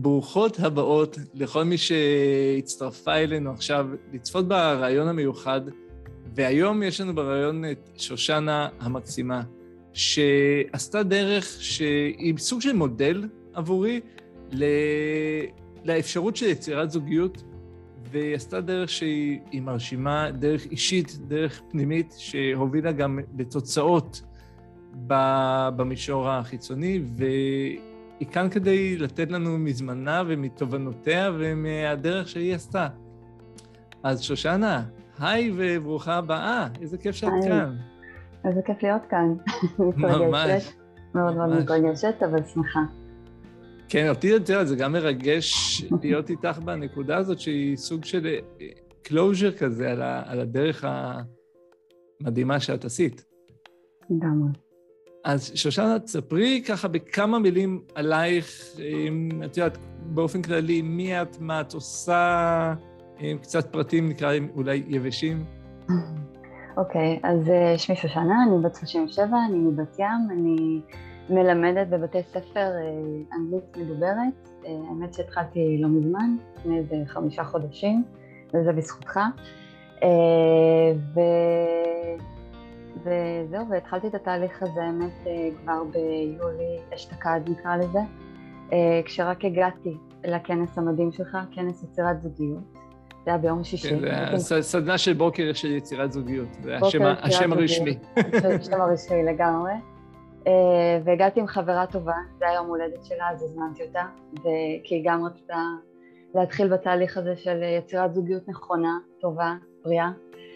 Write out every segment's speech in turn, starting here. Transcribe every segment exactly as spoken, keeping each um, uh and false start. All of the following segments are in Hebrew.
ברוכות הבאות לכל מי שהצטרפה אלינו עכשיו לצפות ברעיון המיוחד, והיום יש לנו ברעיון את שושנה המקסימה, שעשתה דרך שהיא סוג של מודל עבורי לאפשרות של יצירת זוגיות, והיא עשתה דרך שהיא מרשימה, דרך אישית, דרך פנימית, שהובילה גם לתוצאות במישור החיצוני, והיא כאן כדי לתת לנו מזמנה ומתובנותיה ומהדרך שהיא עשתה. אז שושנה, היי וברוכה הבאה, איזה כיף שאת כאן. איזה כיף להיות כאן. ממש. מאוד מאוד מתרגשת, אבל שמחה. כן, אותי יותר, זה גם מרגש להיות איתך בנקודה הזאת, שהיא סוג של קלוז'ר כזה על, ה, על הדרך המדהימה שאת עשית. לגמרי. אז שושנה, תספרי ככה בכמה מילים עלייך, את יודעת, באופן כללי, מי את, מה את עושה, קצת פרטים נקרא אולי יבשים. אוקיי, אז שמי שושנה, אני בת שלושים ושבע, אני מבת ים, אני מלמדת בבתי ספר אנגלית מדוברת. האמת שהתחלתי לא מזמן, לפני איזה חמישה חודשים, וזה בזכותך. ו... וזהו, והתחלתי את התהליך הזה, האמת, כבר ביולי אשתקד נקרא לזה, כשרק הגעתי לכנס המדהים שלך, כנס יצירת זוגיות. זה היה ביום שישי. כן, זה סדנה של בוקר של יצירת זוגיות, זה השם הרשמי. השם הרשמי לגמרי. והגעתי עם חברה טובה, זה היה יום הולדת שלה, אז הזמנתי אותה, כי היא גם רצתה להתחיל בתהליך הזה של יצירת זוגיות נכונה, טובה, בריאה.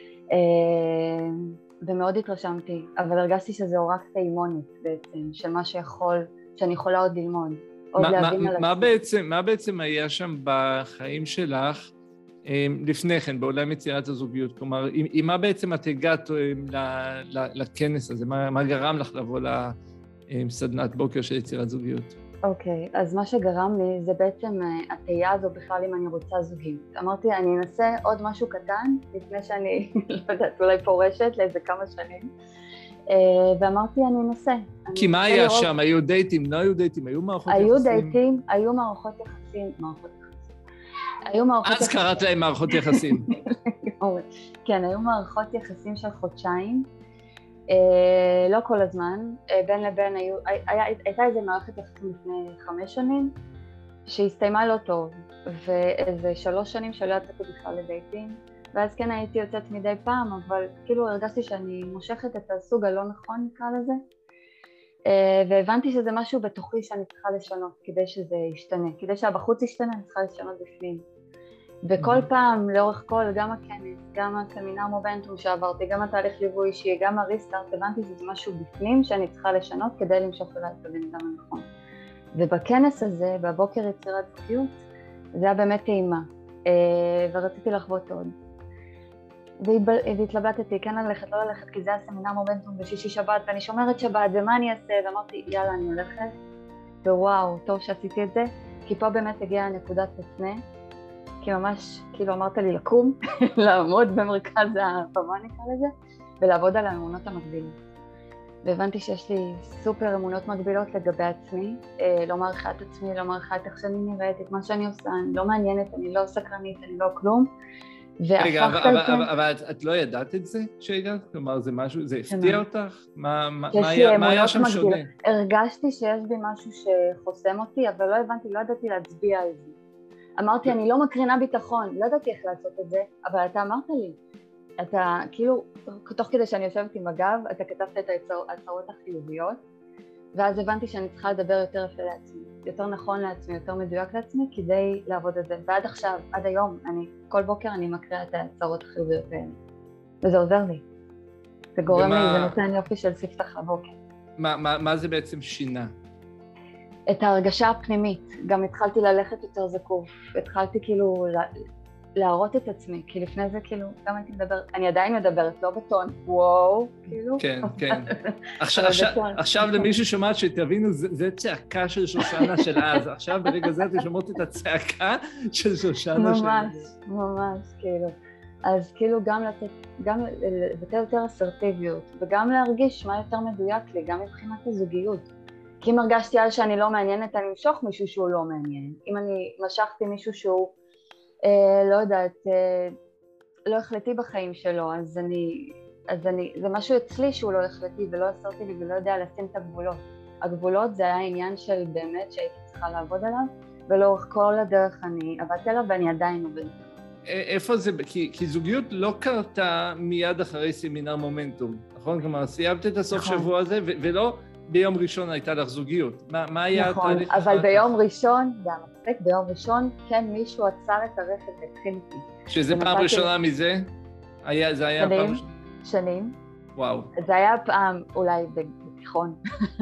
ומאוד התרשמתי, אבל הרגשתי שזה רק טעימונת בעצם, של מה שיכול, שאני יכולה עוד ללמוד, עוד מה, להבין מה, על מה עצמי. בעצם, מה בעצם היה שם בחיים שלך לפני כן, בעולם יצירת הזוגיות? כלומר, עם, עם מה בעצם את הגעת ל, ל, לכנס הזה? מה, מה גרם לך לבוא לסדנת בוקר של יצירת זוגיות? אוקיי, okay, אז מה שגרם לי זה בעצם התהייה הזו בכלל אם אני רוצה זוגיות. אמרתי, אני אנסה עוד משהו קטן לפני שאני, לא יודעת, אולי פורשת לאיזה כמה שנים. ואמרתי, אני אנסה. כי מה היה לראות... שם? היו דייטים? לא היו דייטים? היו מערכות היו יחסים? היו דייטים, היו מערכות יחסים, מערכות יחסים. היו מערכות אז יחסים. קראת להם מערכות יחסים. כן, היו מערכות יחסים של חודשיים. לא כל הזמן, בין לבין היו, הייתה איזו מערכת יחסים לפני חמש שנים שהסתיימה לא טוב, ואיזה שלוש שנים שלא יצאתי בכלל לדייטים, ואז כן הייתי יוצאת מדי פעם, אבל כאילו הרגשתי שאני מושכת את הסוג הלא נכון נקרא לזה, והבנתי שזה משהו בתוכי שאני צריכה לשנות כדי שזה ישתנה, כדי שהבחוץ ישתנה אני צריכה לשנות בפנים. וכל פעם, לאורך כל, גם הכנס, גם הסמינר מומנטום שעברתי, גם התהליך ליווי אישי, גם הריסטארט, הבנתי שזה משהו בפנים שאני צריכה לשנות כדי למשוך אליי את הבן אדם הנכון. ובכנס הזה, בבוקר יצירת זוגיות, זה היה באמת טעימה, ורציתי לחוות עוד. והתלבטתי, כן ללכת, לא ללכת, כי זה היה סמינר מומנטום בשישי שבת, ואני שומרת שבת, ומה אני אעשה? ואמרתי, יאללה, אני הולכת, ווואו, טוב שעשיתי את זה, כי פה באמת הגיעה נקודת מפנה, כי ממש, כאילו אמרת לי לקום, לעמוד במרכז הבמה נקרא לזה, ולעבוד על האמונות המקבילות. והבנתי שיש לי סופר אמונות מקבילות לגבי עצמי, לא מעריכה את עצמי, לא מעריכה את איך שאני נראית, את מה שאני עושה, אני לא מעניינת, אני לא סקרנית, אני לא כלום. רגע, אבל, אבל, אבל את, את לא ידעת את זה שהגעת? כלומר, זה משהו, זה הפתיע אותך? מה, מה, מה, היה, מה היה שם שונה? הרגשתי שיש בי משהו שחוסם אותי, אבל לא הבנתי, לא ידעתי להצביע על זה. אמרתי, אני לא מקרינה ביטחון, לא ידעתי איך לעשות את זה, אבל אתה אמרת לי, אתה כאילו, תוך כדי שאני יושבת עם הגב, אתה כתבת את ההצהרות החיוביות, ואז הבנתי שאני צריכה לדבר יותר יפה לעצמי, יותר נכון לעצמי, יותר מדויק לעצמי, כדי לעבוד את זה. ועד עכשיו, עד היום, אני, כל בוקר אני מקריאה את ההצהרות החיוביות האלה, וזה עוזר לי. זה גורם ומה... לי, זה נותן יופי של ספתח הבוקר. מה, מה, מה זה בעצם שינה? את ההרגשה הפנימית, גם התחלתי ללכת יותר זקוף, התחלתי כאילו להראות את עצמי, כי לפני זה כאילו גם הייתי מדברת, אני עדיין מדברת, לא בטון, וואו, כאילו. כן, כן. עכשיו, עכשיו, עכשיו למישהו שומעת שתבינו, זה, זה צעקה של שושנה של אז, עכשיו ברגע זה אתם שומעות את הצעקה של שושנה של... ממש, ממש, כאילו. אז כאילו גם לתת, גם לבטא יותר אסרטיביות, וגם להרגיש מה יותר מדויק לי, גם מבחינת הזוגיות. כי אם הרגשתי אז שאני לא מעניינת, אני אמשוך מישהו שהוא לא מעניין. אם אני משכתי מישהו שהוא, אה, לא יודעת, אה, לא החלטי בחיים שלו, אז אני, אז אני, זה משהו אצלי שהוא לא החלטי ולא עשיתי לי ולא יודע לשים את הגבולות. הגבולות זה היה עניין של באמת שהייתי צריכה לעבוד עליו, ולאורך כל הדרך אני עבדתי עליו ואני עדיין עובדת. איפה זה, כי, כי זוגיות לא קרתה מיד אחרי סמינר מומנטום, נכון? כלומר, סיימת את הסוף נכון. שבוע הזה, ו- ולא ביום ראשון הייתה לך זוגיות. מה, מה היה נכון, התהליך? אבל ביום ראשון, זה המצחיק, ביום ראשון, כן, מישהו עצר את הרכב והתחיל איתי. שזה פעם ראשונה ל... מזה? היה, זה היה שנים, פעם ראשונה? שנים. וואו. זה היה פעם, אולי בתיכון.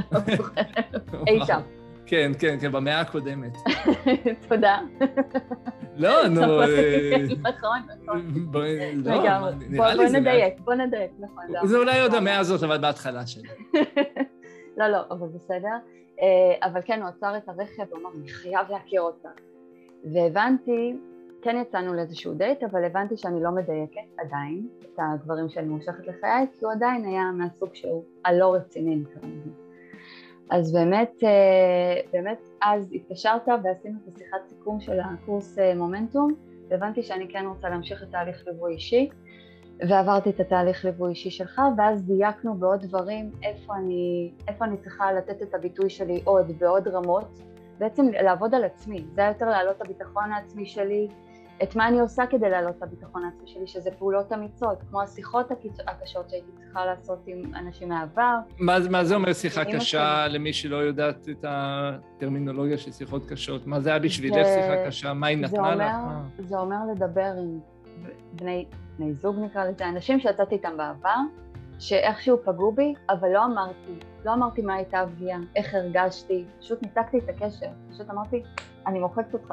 אי שם. כן, כן, כן, במאה הקודמת. תודה. לא, נו... נכון, נכון. לא, נראה לי זה... בוא נדייק, בוא נדייק, נכון. זה אולי עוד המאה הזאת, אבל בהתחלה שלה. לא, לא, אבל בסדר. אבל כן, הוא עצר את הרכב, הוא אמר, אני חייב להכיר אותה. והבנתי, כן יצאנו לאיזשהו דייט, אבל הבנתי שאני לא מדייקת עדיין את הגברים שאני מושכת לחיי, כי הוא עדיין היה מהסוג שהוא הלא רציני נקרא לזה. אז באמת, באמת אז התקשרת ועשינו את השיחת סיכום של הקורס מומנטום, והבנתי שאני כן רוצה להמשיך את תהליך ליווי אישי, ועברתי את התהליך ליווי אישי שלך, ואז דייקנו בעוד דברים, איפה אני, איפה אני צריכה לתת את הביטוי שלי עוד בעוד רמות, בעצם לעבוד על עצמי, זה היה יותר להעלות את הביטחון העצמי שלי, את מה אני עושה כדי להעלות את הביטחון העצמי שלי, שזה פעולות אמיצות, כמו השיחות הקשות שהייתי צריכה לעשות עם אנשים מהעבר. מה, מה זה אומר שיחה קשה שלי? למי שלא יודעת את הטרמינולוגיה של שיחות קשות? מה זה היה בשבילך שיחה קשה? מה היא נתנה לך? זה אומר לדבר עם בני, בני זוג נקרא לזה, אנשים שיצאתי איתם בעבר, שאיכשהו פגעו בי, אבל לא אמרתי, לא אמרתי מה הייתה הפגיעה, איך הרגשתי, פשוט ניתקתי את הקשר, פשוט אמרתי, אני מוחקת אותך,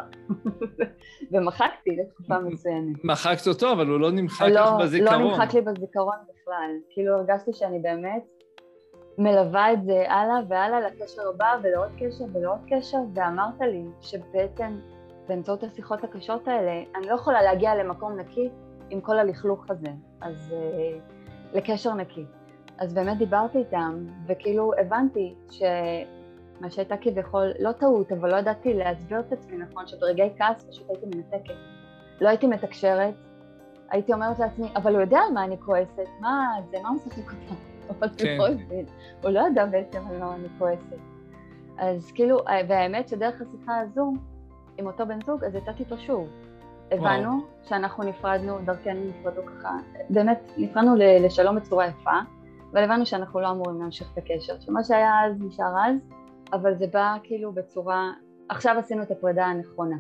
ומחקתי לתקופה מסוימת. מחקת אותו, אבל הוא לא נמחק לא, לך בזיכרון. לא נמחק לי בזיכרון בכלל, כאילו הרגשתי שאני באמת מלווה את זה הלאה והלאה לקשר הבא ולעוד קשר ולעוד קשר, ואמרת לי שבעצם באמצעות השיחות הקשות האלה, אני לא יכולה להגיע למקום נקי עם כל הלכלוך הזה, אז... לקשר נקי. אז באמת דיברתי איתם, וכאילו הבנתי שמה שהייתה כביכול, לא טעות, אבל לא ידעתי להסביר את עצמי נכון, שברגעי כעס פשוט הייתי מנתקת. לא הייתי מתקשרת, הייתי אומרת לעצמי, אבל הוא יודע על מה אני כועסת, מה זה, מה משחק אותה? אבל כן. הוא לא יודע בעצם על מה אני כועסת. אז כאילו, והאמת שדרך השיחה הזו, עם אותו בן זוג, אז יצאתי איתו שוב. הבנו וואו. שאנחנו נפרדנו, דרכנו נפרדו ככה, באמת נפרדנו לשלום בצורה יפה, אבל הבנו שאנחנו לא אמורים להמשיך את הקשר, שמה שהיה אז נשאר אז, אבל זה בא כאילו בצורה, עכשיו עשינו את הפרידה הנכונה.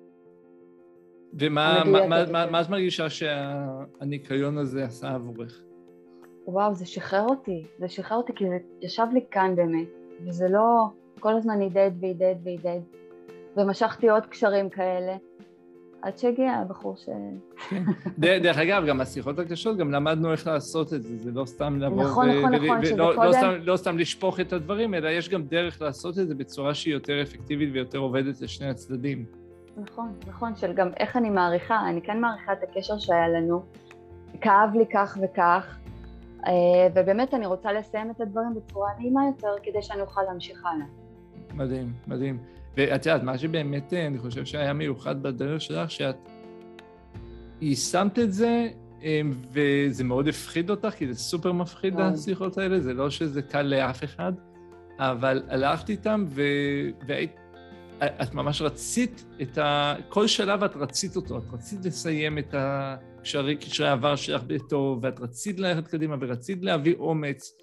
ומה מה, מה, מה, מה את מרגישה שהניקיון הזה עשה עבורך? וואו, זה שחרר אותי, זה שחרר אותי כי זה ישב לי כאן באמת, וזה לא כל הזמן יידד ויידד ויידד, ומשכתי עוד קשרים כאלה, עד שהגיע הבחור ש... דרך אגב, גם השיחות הקשות, גם למדנו איך לעשות את זה, זה לא סתם לבוא נכון, נכון, נכון, שזה קודם... לא סתם לשפוך את הדברים, אלא יש גם דרך לעשות את זה בצורה שהיא יותר אפקטיבית ויותר עובדת לשני הצדדים. נכון, נכון, של גם איך אני מעריכה, אני כן מעריכה את הקשר שהיה לנו, כאב לי כך וכך, ובאמת אני רוצה לסיים את הדברים בצורה נעימה יותר, כדי שאני אוכל להמשיך הלאה. מדהים, מדהים. ואת יודעת, מה שבאמת אני חושב שהיה מיוחד בדרך שלך, שאת יישמת את זה, וזה מאוד הפחיד אותך, כי זה סופר מפחיד השיחות האלה, זה לא שזה קל לאף אחד, אבל הלכת איתם, ואת ממש רצית את ה... כל שלב את רצית אותו, את רצית לסיים את הקשרי העבר שלך בטוב, ואת רצית ללכת קדימה, ורצית להביא אומץ,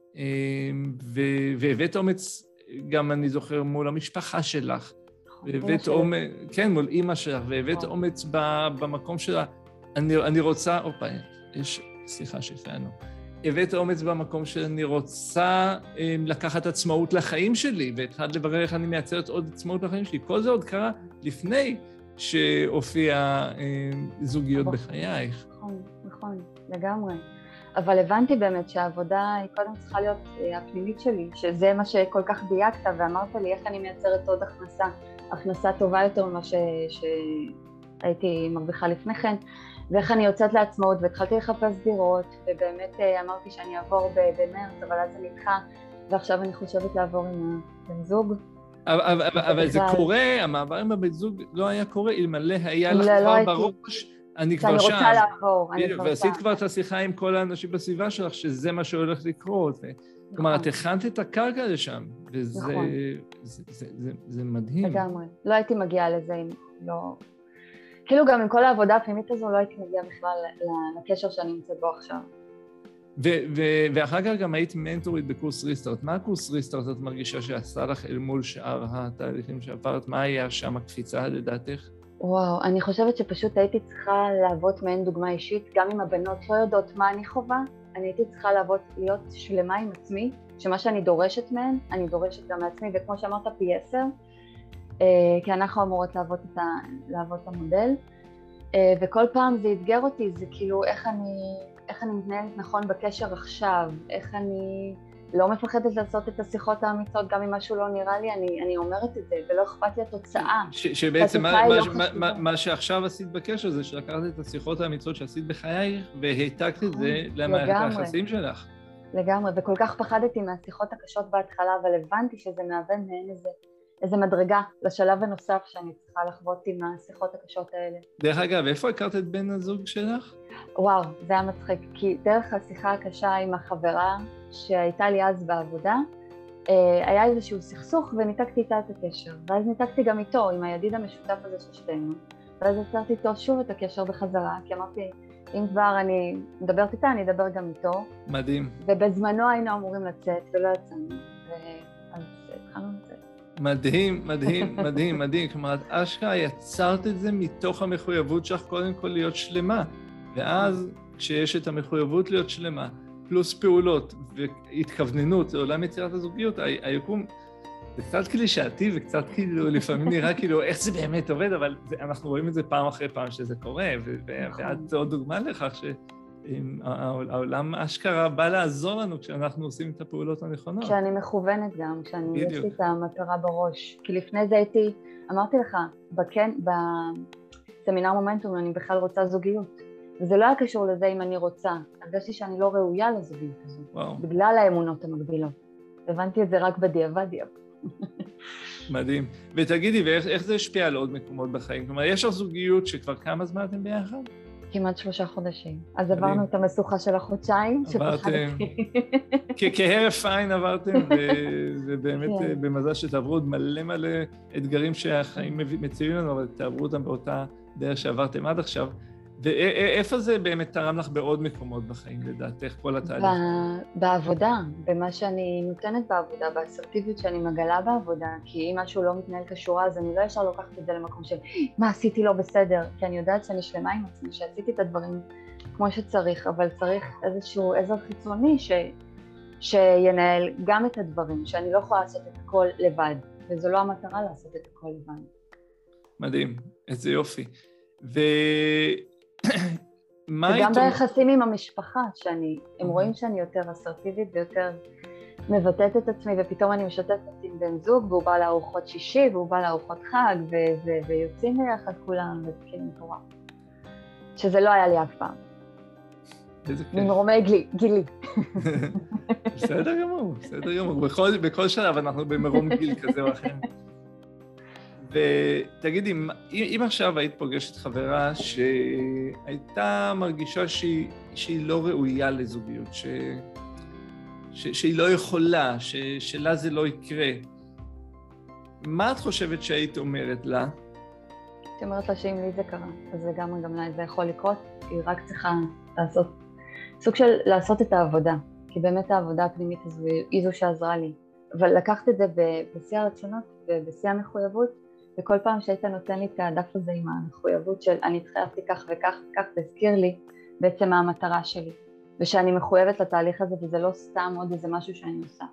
והבאת אומץ, גם אני זוכר מול המשפחה שלך, והבאת אומץ, כן, מול אמא שלך, והבאת אומץ במקום שלה. אני, אני רוצה, אופה, יש, סליחה שהפענו, הבאת אומץ במקום שאני רוצה לקחת עצמאות לחיים שלי, והתחלת לברר איך אני מייצרת עוד עצמאות לחיים שלי. כל זה עוד קרה לפני שהופיעה זוגיות בחייך. נכון, נכון, לגמרי. אבל הבנתי באמת שהעבודה היא קודם צריכה להיות הפנימית שלי, שזה מה שכל כך דייקת, ואמרת לי איך אני מייצרת עוד הכנסה, הכנסה טובה יותר ממה ש... שהייתי מרוויחה לפני כן, ואיך אני יוצאת לעצמאות, והתחלתי לחפש דירות, ובאמת אמרתי שאני אעבור במרץ, אבל אז זה נדחה, ועכשיו אני חושבת לעבור עם, בן זוג. אבל, אבל, אבל זה קורה, המעבר עם הבן זוג לא היה קורה, אלמלא היה לך לא, כבר לא בראש, אני כבר שאני שם. רוצה לעבור, אני כבר ועשית שם. כבר את השיחה עם כל האנשים בסביבה שלך, שזה מה שהולך לקרות. נכון. כלומר, את הכנת את הקרקע לשם, וזה נכון. זה, זה, זה, זה מדהים. לגמרי. לא הייתי מגיעה לזה אם לא... כאילו גם עם כל העבודה הפנימית הזו, לא הייתי מגיעה בכלל לקשר שאני נמצאת בו עכשיו. ו- ו- ואחר כך גם היית מנטורית בקורס ריסטארט. מה הקורס ריסטארט את מרגישה שעשה לך אל מול שאר התהליכים שעברת? מה היה שם הקפיצה לדעתך? וואו, אני חושבת שפשוט הייתי צריכה לעבוד מעין דוגמה אישית, גם אם הבנות לא יודעות מה אני חווה, אני הייתי צריכה לעבוד, להיות שלמה עם עצמי, שמה שאני דורשת מהן, אני דורשת גם מעצמי, וכמו שאמרת פי עשר, כי אנחנו אמורות לעבוד את, ה- לעבוד את המודל, וכל פעם זה אתגר אותי, זה כאילו איך אני, איך אני מתנהלת נכון בקשר עכשיו, איך אני לא מפחדת לעשות את השיחות האמיצות, גם אם משהו לא נראה לי, אני, אני אומרת את זה, ולא אכפת לי התוצאה. ש, שבעצם מה, לא מה, מה, מה שעכשיו עשית בקשר זה שלקחת את השיחות האמיצות שעשית בחייך, והעתקת את זה למערכת היחסים שלך. לגמרי, וכל כך פחדתי מהשיחות הקשות בהתחלה, אבל הבנתי שזה מהווה מהן איזה, איזה מדרגה לשלב הנוסף שאני צריכה לחוות עם השיחות הקשות האלה. דרך אגב, איפה הכרת את בן הזוג שלך? וואו, זה היה מצחיק, כי דרך השיחה הקשה עם החברה שהייתה לי אז בעבודה, היה איזשהו סכסוך וניתקתי איתה את הקשר, ואז ניתקתי גם איתו, עם הידיד המשותף הזה של שתינו, ואז יצרתי איתו שוב את הקשר בחזרה, כי אמרתי, אם כבר אני מדברת איתה, אני אדבר גם איתו. מדהים. ובזמנו היינו אמורים לצאת, ולא יצאנו, ואז התחלנו לצאת. מדהים, מדהים, מדהים, מדהים. כלומר, את אשכרה יצרת את זה מתוך המחויבות שלך קודם כל להיות שלמה, ואז כשיש את המחויבות להיות שלמה, פלוס פעולות והתכווננות לעולם יצירת הזוגיות, היקום זה קצת קלישאתי וקצת כאילו לפעמים נראה כאילו איך זה באמת עובד, אבל זה, אנחנו רואים את זה פעם אחרי פעם שזה קורה, ואת עוד דוגמה לכך שהעולם אשכרה בא לעזור לנו כשאנחנו עושים את הפעולות הנכונות. כשאני מכוונת גם, כשאני יש לי את המטרה בראש, כי לפני זה הייתי, אמרתי לך, בכן, בסמינר מומנטום אני בכלל רוצה זוגיות. וזה לא היה קשור לזה אם אני רוצה, הרגשתי שאני לא ראויה לזוגיות הזו, וואו. בגלל האמונות המקבילות. הבנתי את זה רק בדיעבד. מדהים. ותגידי, ואיך זה השפיע על עוד מקומות בחיים? כלומר, יש לך זוגיות שכבר כמה זמן אתם ביחד? כמעט שלושה חודשים. אז מדהים. עברנו את המשוכה של החודשיים, שפחדתי. כהרף עין עברתם, ובאמת כן. במזל שתעברו עוד מלא מלא אתגרים שהחיים מציעים לנו, אבל תעברו אותם באותה דרך שעברתם עד עכשיו. ואיפה זה באמת תרם לך בעוד מקומות בחיים, לדעתך, כל התהליך? בעבודה, במה שאני נותנת בעבודה, באסרטיביות שאני מגלה בעבודה, כי אם משהו לא מתנהל כשורה, אז אני לא ישר לוקחת את זה למקום של מה עשיתי לא בסדר, כי אני יודעת שאני שלמה עם עצמי, שעשיתי את הדברים כמו שצריך, אבל צריך איזשהו עזר חיצוני ש... שינהל גם את הדברים, שאני לא יכולה לעשות את הכל לבד, וזו לא המטרה לעשות את הכל לבד. מדהים, איזה יופי. ו... וגם ביחסים עם המשפחה, שאני, הם רואים שאני יותר אסרטיבית ויותר מבטאת את עצמי, ופתאום אני משתפת עם בן זוג, והוא בא לארוחות שישי, והוא בא לארוחות חג, ויוצאים ביחד כולם, וזה כאילו מטורף. שזה לא היה לי אף פעם. איזה כיף. ממרומי גילי. בסדר גמור, בסדר גמור. בכל שלב אנחנו במרום גיל כזה או אחר. ותגידי, אם עכשיו היית פוגשת חברה שהייתה מרגישה שהיא, שהיא לא ראויה לזוגיות, ש, ש, שהיא לא יכולה, ש, שלה זה לא יקרה, מה את חושבת שהיית אומרת לה? הייתי אומרת לה שאם לי זה קרה, אז זה גם, גם לה זה יכול לקרות, היא רק צריכה לעשות, סוג של לעשות את העבודה, כי באמת העבודה הפנימית הזו היא זו שעזרה לי, אבל לקחת את זה בשיא הרצונות ובשיא המחויבות, וכל פעם שהיית נותן לי את הדף הזה עם המחויבות של אני התחייבתי כך וכך וכך, תזכיר לי בעצם מה המטרה שלי, ושאני מחויבת לתהליך הזה, וזה לא סתם עוד איזה משהו שאני עושה.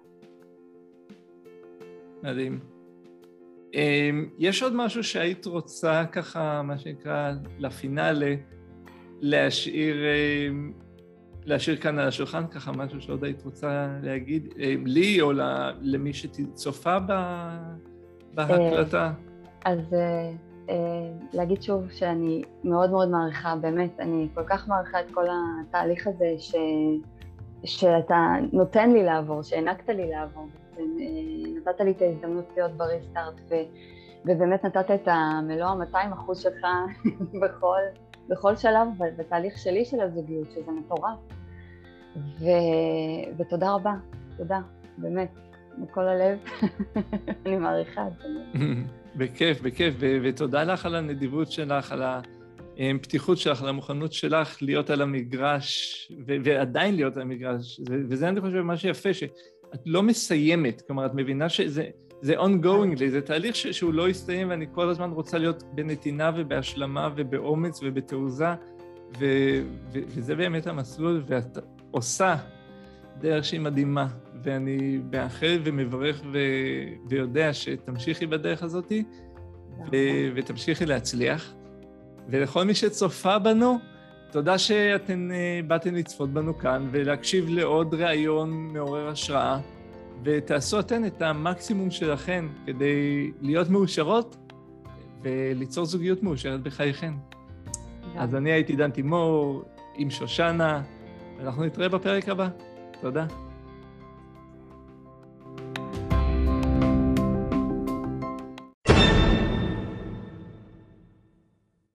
מדהים. יש עוד משהו שהיית רוצה ככה, מה שנקרא, לפינאלה, להשאיר, להשאיר כאן על השולחן, ככה משהו שעוד היית רוצה להגיד, לי או למי שצופה בהקלטה? אז uh, uh, להגיד שוב שאני מאוד מאוד מעריכה, באמת, אני כל כך מעריכה את כל התהליך הזה ש, שאתה נותן לי לעבור, שהענקת לי לעבור. בעצם. נתת לי את ההזדמנות להיות בריסטארט, ו... ובאמת נתת את המלוא ה-מאתיים אחוז שלך בכל, בכל שלב, בתהליך שלי של הזוגיות, שזה מטורף. ו... ותודה רבה, תודה, באמת, מכל הלב, אני מעריכה את זה. בכיף, בכיף, ו- ותודה לך על הנדיבות שלך, על הפתיחות שלך, על המוכנות שלך להיות על המגרש, ו- ועדיין להיות על המגרש, ו- וזה אני חושב מה שיפה, שאת לא מסיימת, כלומר, את מבינה שזה זה ongoing לי, זה תהליך ש- שהוא לא יסתיים, ואני כל הזמן רוצה להיות בנתינה ובהשלמה ובאומץ ובתעוזה, ו- ו- וזה באמת המסלול, ואת עושה דרך שהיא מדהימה. ואני מאחל ומברך ו- ויודע שתמשיכי בדרך הזאת, ו- ותמשיכי להצליח. ולכל מי שצופה בנו, תודה שאתן באתן לצפות בנו כאן, ולהקשיב לעוד ראיון מעורר השראה, ותעשו אתן את המקסימום שלכן, כדי להיות מאושרות, וליצור זוגיות מאושרת בחייכן. אז אני הייתי דן תימור, עם שושנה, ואנחנו נתראה בפרק הבא. תודה.